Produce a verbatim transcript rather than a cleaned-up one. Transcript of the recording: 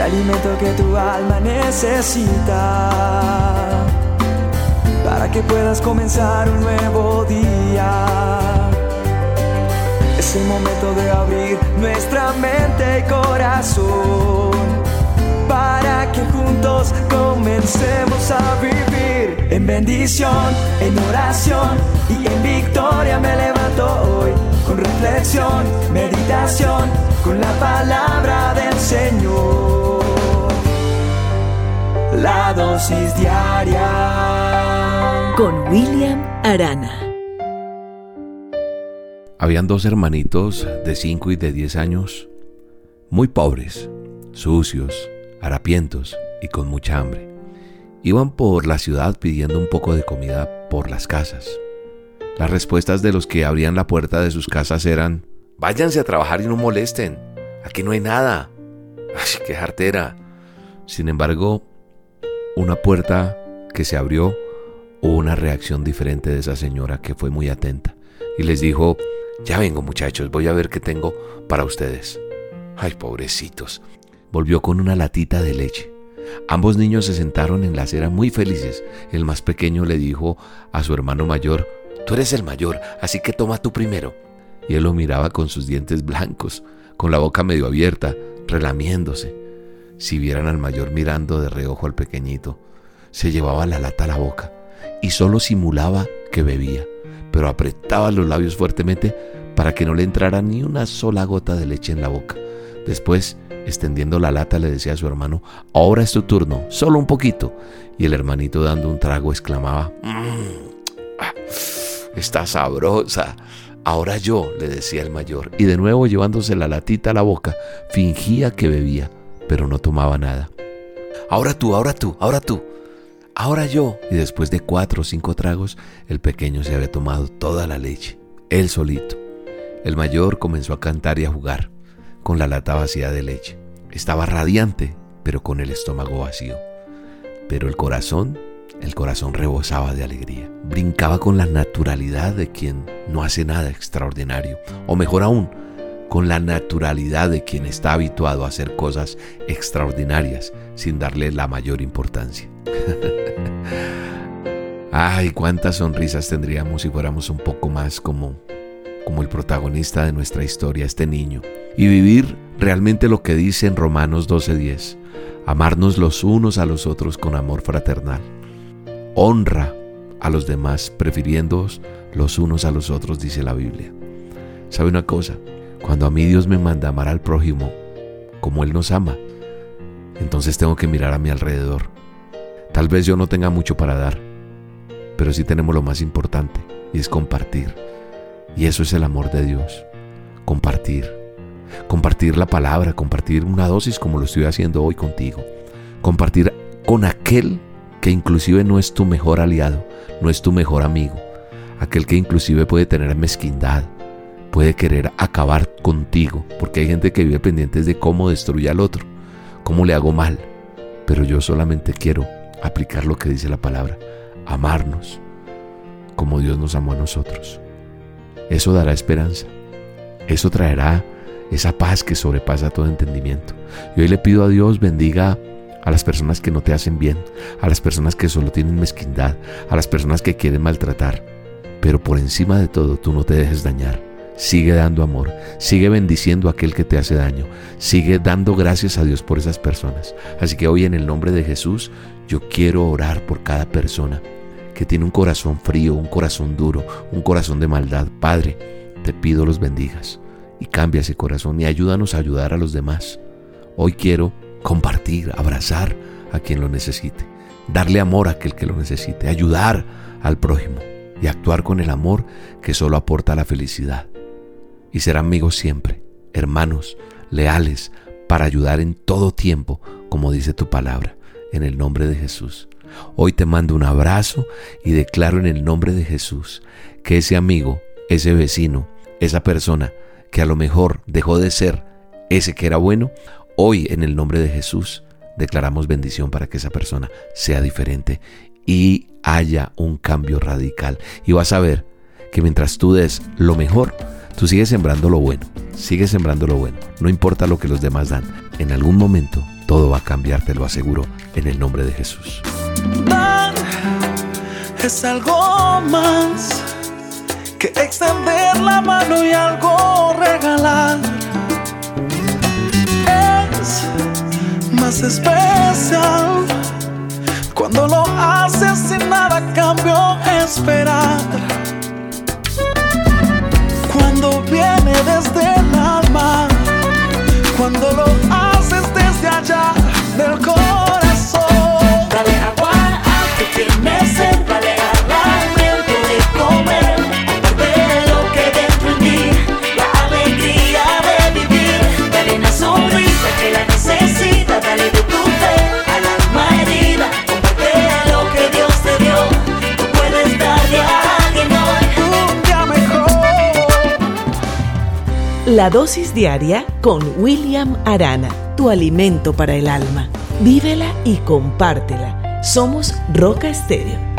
alimento que tu alma necesita, para que puedas comenzar un nuevo día. Es el momento de abrir nuestra mente y corazón, para que juntos comencemos a vivir en bendición, en oración y en victoria. Me levanto hoy con reflexión, meditación, con la palabra del Señor. La dosis diaria con William Arana. Habían dos hermanitos de cinco y de diez años, muy pobres, sucios, harapientos y con mucha hambre. Iban por la ciudad pidiendo un poco de comida por las casas. Las respuestas de los que abrían la puerta de sus casas eran: váyanse a trabajar y no molesten, aquí no hay nada. ¡Ay, qué jartera! Sin embargo, una puerta que se abrió, hubo una reacción diferente de esa señora que fue muy atenta y les dijo: ya vengo, muchachos, voy a ver qué tengo para ustedes. ¡Ay, pobrecitos! Volvió con una latita de leche. Ambos niños se sentaron en la acera muy felices. El más pequeño le dijo a su hermano mayor: tú eres el mayor, así que toma tú primero. Y él lo miraba con sus dientes blancos, con la boca medio abierta, relamiéndose. Si vieran al mayor mirando de reojo al pequeñito, se llevaba la lata a la boca y solo simulaba que bebía, pero apretaba los labios fuertemente para que no le entrara ni una sola gota de leche en la boca. Después, extendiendo la lata, le decía a su hermano: ahora es tu turno, solo un poquito. Y el hermanito, dando un trago, exclamaba: mmm, ah, está sabrosa. Ahora yo, le decía el mayor, y de nuevo llevándose la latita a la boca, fingía que bebía, pero no tomaba nada. Ahora tú, ahora tú, ahora tú, ahora yo. Y después de cuatro o cinco tragos, el pequeño se había tomado toda la leche, él solito. El mayor comenzó a cantar y a jugar con la lata vacía de leche. Estaba radiante, pero con el estómago vacío. Pero el corazón, el corazón rebosaba de alegría. Brincaba con la naturalidad de quien no hace nada extraordinario, o mejor aún, con la naturalidad de quien está habituado a hacer cosas extraordinarias sin darle la mayor importancia. Ay, cuántas sonrisas tendríamos si fuéramos un poco más como, como el protagonista de nuestra historia, este niño, y vivir realmente lo que dice en Romanos doce diez: amarnos los unos a los otros con amor fraternal. Honra a los demás, prefiriéndoos los unos a los otros, dice la Biblia. ¿Sabe una cosa? Cuando a mí Dios me manda amar al prójimo como Él nos ama, entonces tengo que mirar a mi alrededor. Tal vez yo no tenga mucho para dar, pero sí tenemos lo más importante, y es compartir. Y eso es el amor de Dios. Compartir. Compartir la palabra, compartir una dosis como lo estoy haciendo hoy contigo. Compartir con aquel que inclusive no es tu mejor aliado, no es tu mejor amigo. Aquel que inclusive puede tener mezquindad, puede querer acabar contigo, porque hay gente que vive pendientes de cómo destruye al otro, cómo le hago mal. Pero yo solamente quiero aplicar lo que dice la palabra: amarnos como Dios nos amó a nosotros. Eso dará esperanza. Eso traerá esa paz que sobrepasa todo entendimiento. Y hoy le pido a Dios bendiga a las personas que no te hacen bien, a las personas que solo tienen mezquindad, a las personas que quieren maltratar. Pero por encima de todo, tú no te dejes dañar. Sigue dando amor, sigue bendiciendo a aquel que te hace daño, sigue dando gracias a Dios por esas personas. Así que hoy, en el nombre de Jesús, yo quiero orar por cada persona que tiene un corazón frío, un corazón duro, un corazón de maldad. Padre, te pido los bendigas y cambia ese corazón y ayúdanos a ayudar a los demás. Hoy quiero compartir, abrazar a quien lo necesite, darle amor a aquel que lo necesite, ayudar al prójimo y actuar con el amor que solo aporta la felicidad. Y ser amigos siempre, hermanos, leales, para ayudar en todo tiempo, como dice tu palabra, en el nombre de Jesús. Hoy te mando un abrazo y declaro en el nombre de Jesús que ese amigo, ese vecino, esa persona que a lo mejor dejó de ser ese que era bueno, hoy en el nombre de Jesús declaramos bendición para que esa persona sea diferente y haya un cambio radical. Y vas a ver que mientras tú des lo mejor, tú sigues sembrando lo bueno, sigues sembrando lo bueno. No importa lo que los demás dan, en algún momento todo va a cambiar, te lo aseguro, en el nombre de Jesús. Dar es algo más que extender la mano y algo regalar. Es más especial cuando lo haces sin nada a cambio esperar. Cuando viene desde el alma, cuando lo haces desde allá del corazón. Dale agua al que tiene sed, dale alimento de comer. Comparte lo que dentro en ti, la alegría de vivir. Dale una sonrisa que la necesita, dale de tu fe al alma herida. Comparte lo que Dios te dio, tú puedes darle a alguien hoy un día mejor. La dosis diaria con William Arana, tu alimento para el alma. Vívela y compártela. Somos Roca Estéreo.